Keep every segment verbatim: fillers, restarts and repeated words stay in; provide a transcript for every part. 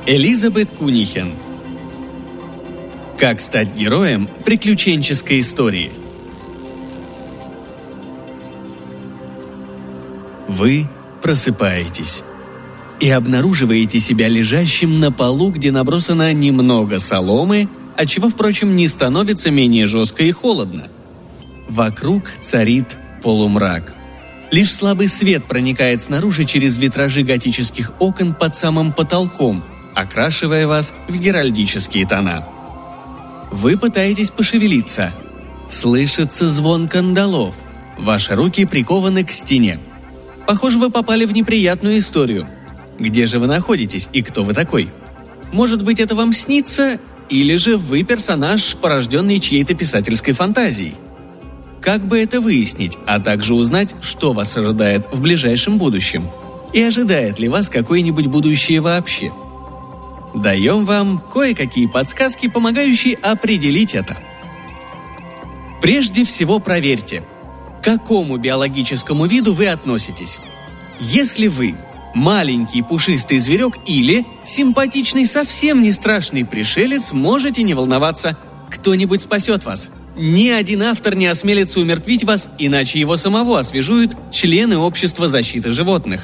Элизабет Кунихен. Как стать героем приключенческой истории? Вы просыпаетесь и обнаруживаете себя лежащим на полу, где набросано немного соломы, отчего, впрочем, не становится менее жестко и холодно. Вокруг царит полумрак. Лишь слабый свет проникает снаружи через витражи готических окон под самым потолком, окрашивая вас в геральдические тона. Вы пытаетесь пошевелиться. Слышится звон кандалов. Ваши руки прикованы к стене. Похоже, вы попали в неприятную историю. Где же вы находитесь и кто вы такой? Может быть, это вам снится, или же вы персонаж, порожденный чьей-то писательской фантазией? Как бы это выяснить, а также узнать, что вас ожидает в ближайшем будущем? И ожидает ли вас какое-нибудь будущее вообще? Даем вам кое-какие подсказки, помогающие определить это. Прежде всего проверьте, к какому биологическому виду вы относитесь. Если вы маленький пушистый зверек или симпатичный, совсем не страшный пришелец, можете не волноваться, кто-нибудь спасет вас. Ни один автор не осмелится умертвить вас, иначе его самого освежуют члены общества защиты животных.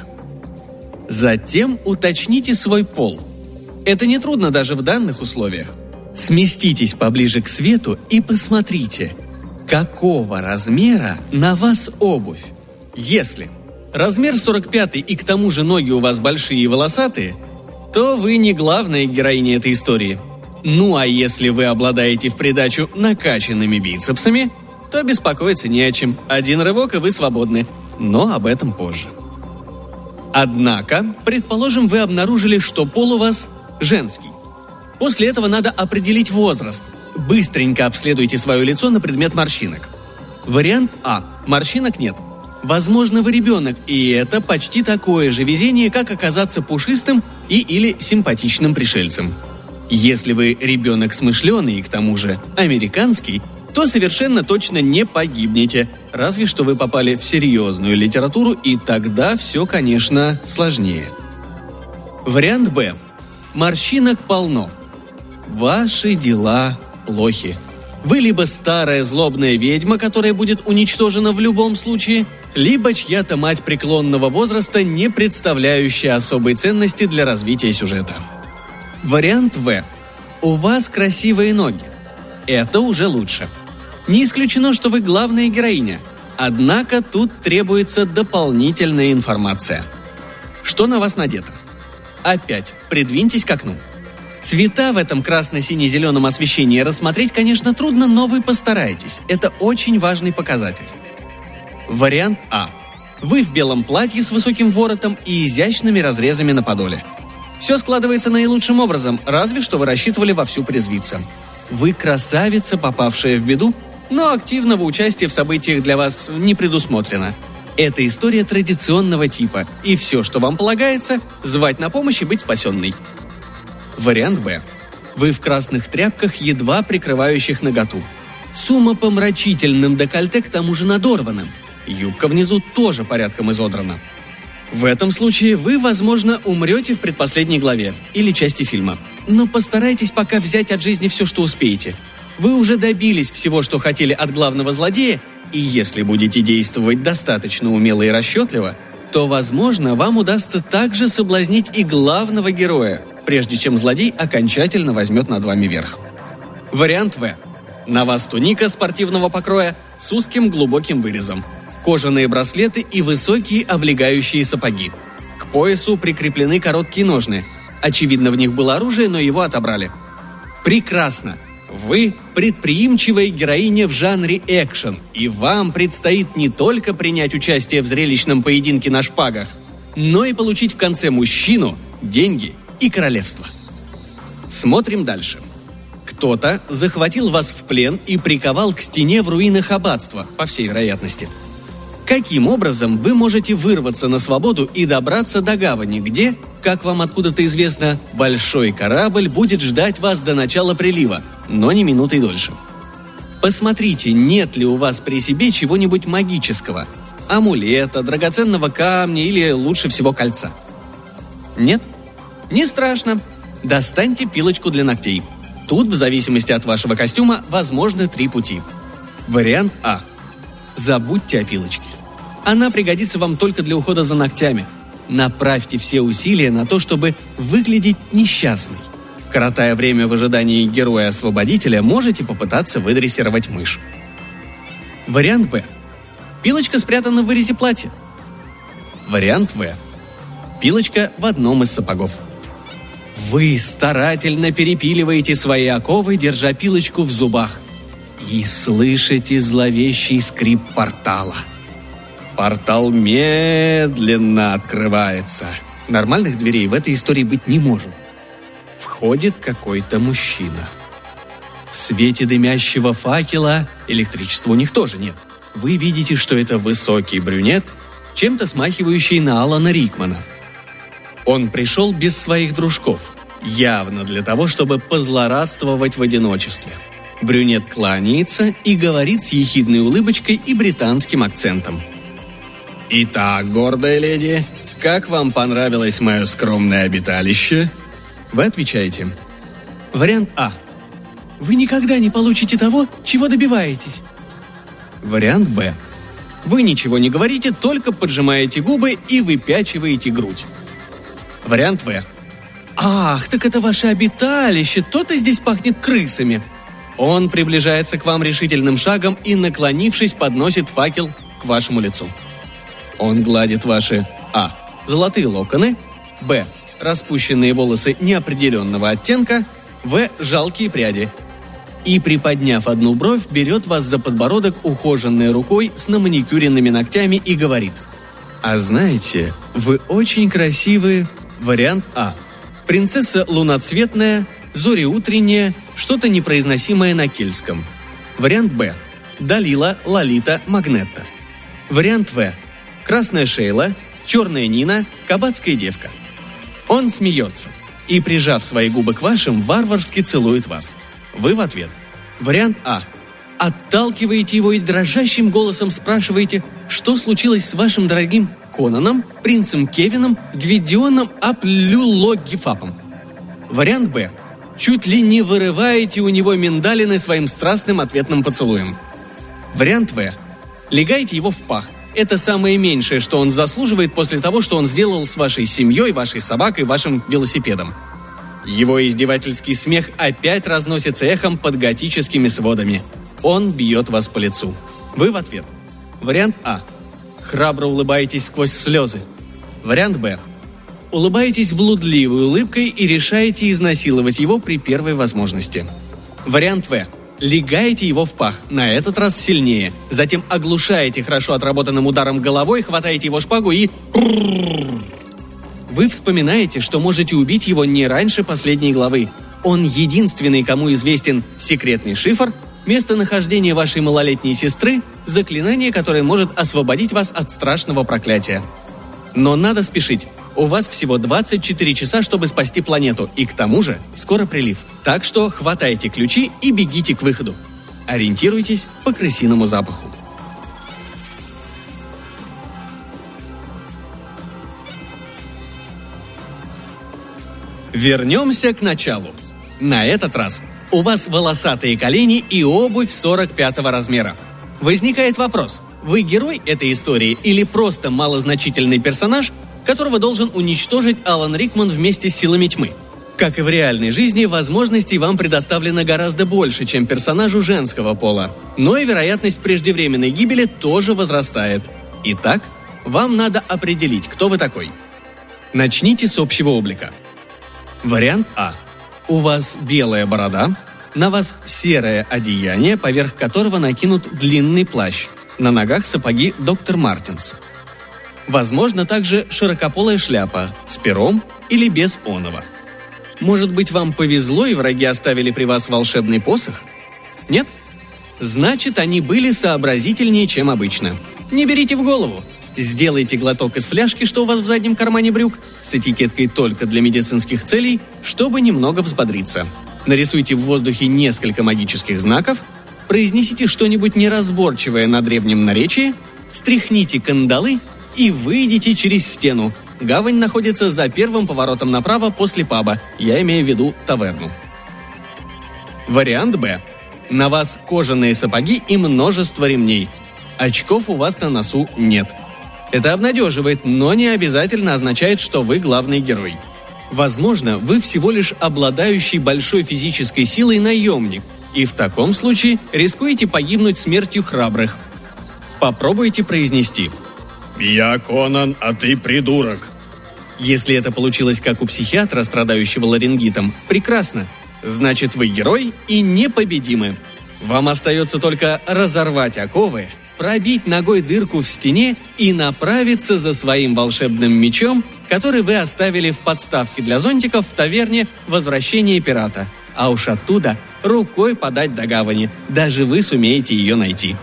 Затем уточните свой пол. Это нетрудно даже в данных условиях. Сместитесь поближе к свету и посмотрите, какого размера на вас обувь. Если размер сорок пятый и к тому же ноги у вас большие и волосатые, то вы не главная героиня этой истории. Ну а если вы обладаете в придачу накачанными бицепсами, то беспокоиться не о чем. Один рывок, и вы свободны. Но об этом позже. Однако, предположим, вы обнаружили, что пол у вас женский. После этого надо определить возраст. Быстренько обследуйте свое лицо на предмет морщинок. Вариант А. Морщинок нет. Возможно, вы ребенок, и это почти такое же везение, как оказаться пушистым и или симпатичным пришельцем. Если вы ребенок смышленый и к тому же американский, то совершенно точно не погибнете, разве что вы попали в серьезную литературу, и тогда все, конечно, сложнее. Вариант Б. Морщинок полно. Ваши дела плохи. Вы либо старая злобная ведьма, которая будет уничтожена в любом случае, либо чья-то мать преклонного возраста, не представляющая особой ценности для развития сюжета. Вариант В. У вас красивые ноги. Это уже лучше. Не исключено, что вы главная героиня. Однако тут требуется дополнительная информация. Что на вас надето? Опять придвиньтесь к окну. Цвета в этом красно-сине-зеленом освещении рассмотреть, конечно, трудно, но вы постараетесь. Это очень важный показатель. Вариант А. Вы в белом платье с высоким воротом и изящными разрезами на подоле. Все складывается наилучшим образом, разве что вы рассчитывали вовсю порезвиться. Вы красавица, попавшая в беду, но активного участия в событиях для вас не предусмотрено. Это история традиционного типа, и все, что вам полагается, звать на помощь и быть спасенной. Вариант Б. Вы в красных тряпках, едва прикрывающих наготу. С умопомрачительным декольте, к тому же надорванным. Юбка внизу тоже порядком изодрана. В этом случае вы, возможно, умрете в предпоследней главе или части фильма. Но постарайтесь пока взять от жизни все, что успеете. Вы уже добились всего, что хотели от главного злодея, и если будете действовать достаточно умело и расчетливо, то, возможно, вам удастся также соблазнить и главного героя, прежде чем злодей окончательно возьмет над вами верх. Вариант В. На вас туника спортивного покроя с узким глубоким вырезом, кожаные браслеты и высокие облегающие сапоги. К поясу прикреплены короткие ножны. Очевидно, в них было оружие, но его отобрали. Прекрасно! Вы предприимчивая героиня в жанре экшен, и вам предстоит не только принять участие в зрелищном поединке на шпагах, но и получить в конце мужчину, деньги и королевство. Смотрим дальше. Кто-то захватил вас в плен и приковал к стене в руинах аббатства, по всей вероятности. Каким образом вы можете вырваться на свободу и добраться до гавани, где, как вам откуда-то известно, большой корабль будет ждать вас до начала прилива, но не минутой дольше? Посмотрите, нет ли у вас при себе чего-нибудь магического, амулета, драгоценного камня или, лучше всего, кольца. Нет? Не страшно. Достаньте пилочку для ногтей. Тут, в зависимости от вашего костюма, возможны три пути. Вариант А. Забудьте о пилочке. Она пригодится вам только для ухода за ногтями. Направьте все усилия на то, чтобы выглядеть несчастной. Коротая время в ожидании героя-освободителя, можете попытаться выдрессировать мышь. Вариант Б. Пилочка спрятана в вырезе платья. Вариант В. Пилочка в одном из сапогов. Вы старательно перепиливаете свои оковы, держа пилочку в зубах. И слышите зловещий скрип портала. Портал медленно открывается. Нормальных дверей в этой истории быть не может. Входит какой-то мужчина. В свете дымящего факела электричества у них тоже нет. Вы видите, что это высокий брюнет, чем-то смахивающий на Алана Рикмана. Он пришел без своих дружков, явно для того, чтобы позлорадствовать в одиночестве. Брюнет кланяется и говорит с ехидной улыбочкой и британским акцентом. «Итак, гордая леди, как вам понравилось мое скромное обиталище?» Вы отвечаете. Вариант А. Вы никогда не получите того, чего добиваетесь. Вариант Б. Вы ничего не говорите, только поджимаете губы и выпячиваете грудь. Вариант В. Ах, так это ваше обиталище, то-то здесь пахнет крысами. Он приближается к вам решительным шагом и, наклонившись, подносит факел к вашему лицу. Он гладит ваши А. золотые локоны, Б. распущенные волосы неопределенного оттенка, В. жалкие пряди. И, приподняв одну бровь, берет вас за подбородок ухоженной рукой с наманикюренными ногтями и говорит: «А знаете, вы очень красивы». Вариант А. Принцесса луноцветная, зори утренняя, что-то непроизносимое на кельтском. Вариант Б. Далила, Лолита, Магнетта. Вариант В. Красная Шейла, черная Нина, кабацкая девка. Он смеется и, прижав свои губы к вашим, варварски целует вас. Вы в ответ. Вариант А. Отталкиваете его и дрожащим голосом спрашиваете, что случилось с вашим дорогим Конаном, принцем Кевином, Гвидионом Аплюлогифапом. Вариант Б. Чуть ли не вырываете у него миндалины своим страстным ответным поцелуем. Вариант В. Легаете его в пах. Это самое меньшее, что он заслуживает после того, что он сделал с вашей семьей, вашей собакой, вашим велосипедом. Его издевательский смех опять разносится эхом под готическими сводами. Он бьет вас по лицу. Вы в ответ. Вариант А. Храбро улыбаетесь сквозь слезы. Вариант Б. Улыбаетесь блудливой улыбкой и решаете изнасиловать его при первой возможности. Вариант В. Легаете его в пах, на этот раз сильнее. Затем оглушаете хорошо отработанным ударом головой, хватаете его шпагу и... Вы вспоминаете, что можете убить его не раньше последней главы. Он единственный, кому известен секретный шифр, местонахождение вашей малолетней сестры, заклинание, которое может освободить вас от страшного проклятия. Но надо спешить. У вас всего двадцать четыре часа, чтобы спасти планету, и к тому же скоро прилив. Так что хватайте ключи и бегите к выходу. Ориентируйтесь по крысиному запаху. Вернемся к началу. На этот раз у вас волосатые колени и обувь сорок пятого размера. Возникает вопрос: вы герой этой истории или просто малозначительный персонаж, которого должен уничтожить Алан Рикман вместе с силами тьмы? Как и в реальной жизни, возможностей вам предоставлено гораздо больше, чем персонажу женского пола. Но и вероятность преждевременной гибели тоже возрастает. Итак, вам надо определить, кто вы такой. Начните с общего облика. Вариант А. У вас белая борода, на вас серое одеяние, поверх которого накинут длинный плащ, на ногах сапоги доктор Мартинс. Возможно, также широкополая шляпа с пером или без оного. Может быть, вам повезло и враги оставили при вас волшебный посох? Нет? Значит, они были сообразительнее, чем обычно. Не берите в голову. Сделайте глоток из фляжки, что у вас в заднем кармане брюк, с этикеткой только для медицинских целей, чтобы немного взбодриться. Нарисуйте в воздухе несколько магических знаков, произнесите что-нибудь неразборчивое на древнем наречии, стряхните кандалы и выйдите через стену, Гавань находится за первым поворотом направо после паба, я имею в виду таверну. Вариант Б. На вас кожаные сапоги и множество ремней. Очков у вас на носу нет. Это обнадеживает, но не обязательно означает, что вы главный герой. Возможно, вы всего лишь обладающий большой физической силой наемник, и в таком случае рискуете погибнуть смертью храбрых. Попробуйте произнести: «Я Конан, а ты придурок». Если это получилось как у психиатра, страдающего ларингитом, прекрасно. Значит, вы герой и непобедимы. Вам остается только разорвать оковы, пробить ногой дырку в стене и направиться за своим волшебным мечом, который вы оставили в подставке для зонтиков в таверне «Возвращение пирата». А уж оттуда рукой подать до гавани. Даже вы сумеете ее найти.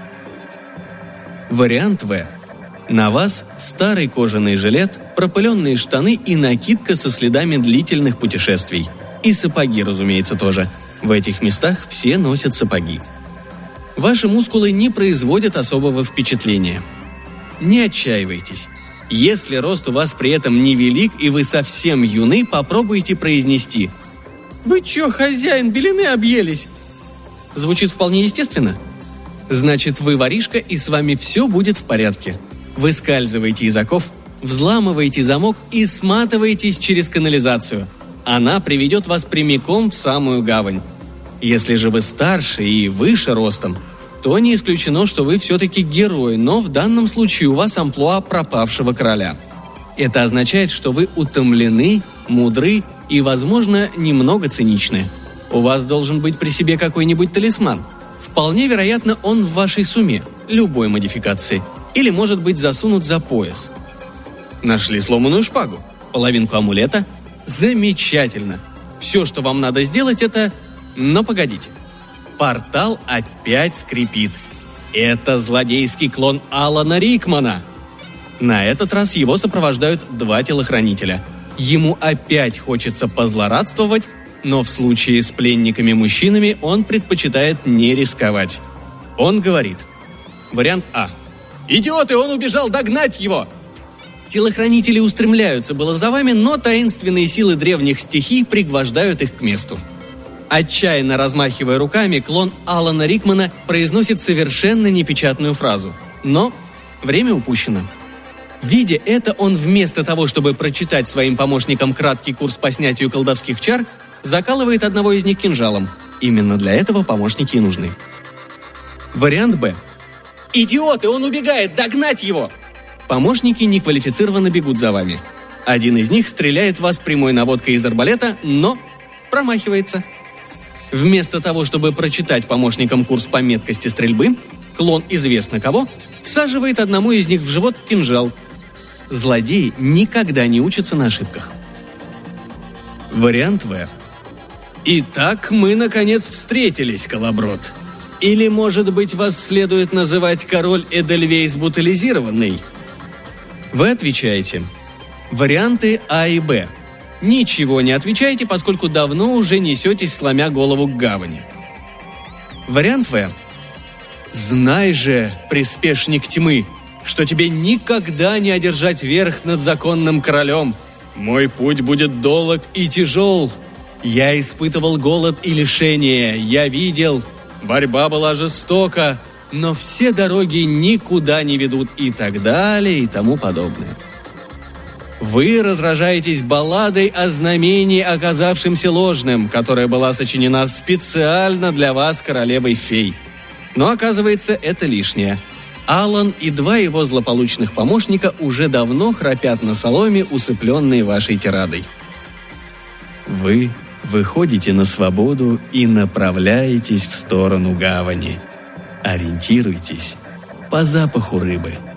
Вариант В. На вас старый кожаный жилет, пропыленные штаны и накидка со следами длительных путешествий. И сапоги, разумеется, тоже. В этих местах все носят сапоги. Ваши мускулы не производят особого впечатления. Не отчаивайтесь. Если рост у вас при этом невелик и вы совсем юны, попробуйте произнести: «Вы чё, хозяин, белины объелись?» Звучит вполне естественно. Значит, вы воришка, и с вами все будет в порядке. Выскальзываете из оков, взламываете замок и сматываетесь через канализацию. Она приведет вас прямиком в самую гавань. Если же вы старше и выше ростом, то не исключено, что вы все-таки герой, но в данном случае у вас амплуа пропавшего короля. Это означает, что вы утомлены, мудры и, возможно, немного циничны. У вас должен быть при себе какой-нибудь талисман. Вполне вероятно, он в вашей сумме, любой модификации, или может быть засунут за пояс. Нашли сломанную шпагу, половинку амулета? Замечательно! Все, что вам надо сделать, это... Но погодите. Портал опять скрипит. Это злодейский клон Алана Рикмана. На этот раз его сопровождают два телохранителя. Ему опять хочется позлорадствовать, но в случае с пленниками-мужчинами он предпочитает не рисковать. Он говорит. Вариант А. «Идиоты, он убежал, догнать его!» Телохранители устремляются было за вами, но таинственные силы древних стихий пригвождают их к месту. Отчаянно размахивая руками, клон Алана Рикмана произносит совершенно непечатную фразу. Но время упущено. Видя это, он вместо того, чтобы прочитать своим помощникам краткий курс по снятию колдовских чар, закалывает одного из них кинжалом. Именно для этого помощники и нужны. Вариант Б. «Идиоты, он убегает! Догнать его!» Помощники неквалифицированно бегут за вами. Один из них стреляет в вас прямой наводкой из арбалета, но промахивается. Вместо того, чтобы прочитать помощникам курс по меткости стрельбы, клон известно кого всаживает одному из них в живот кинжал. Злодеи никогда не учатся на ошибках. Вариант В. «Итак, мы, наконец, встретились, Колоброд. Или, может быть, вас следует называть король Эдельвейс бутализированный?» Вы отвечаете. Варианты А и Б. Ничего не отвечаете, поскольку давно уже несетесь, сломя голову к гавани. Вариант В. «Знай же, приспешник тьмы, что тебе никогда не одержать верх над законным королем. Мой путь будет долг и тяжел. Я испытывал голод и лишение, я видел, борьба была жестока, но все дороги никуда не ведут» и так далее и тому подобное. Вы разражаетесь балладой о знамении, оказавшемся ложным, которая была сочинена специально для вас королевой фей. Но оказывается, это лишнее. Алан и два его злополучных помощника уже давно храпят на соломе, усыпленные вашей тирадой. Вы выходите на свободу и направляетесь в сторону гавани. Ориентируйтесь по запаху рыбы.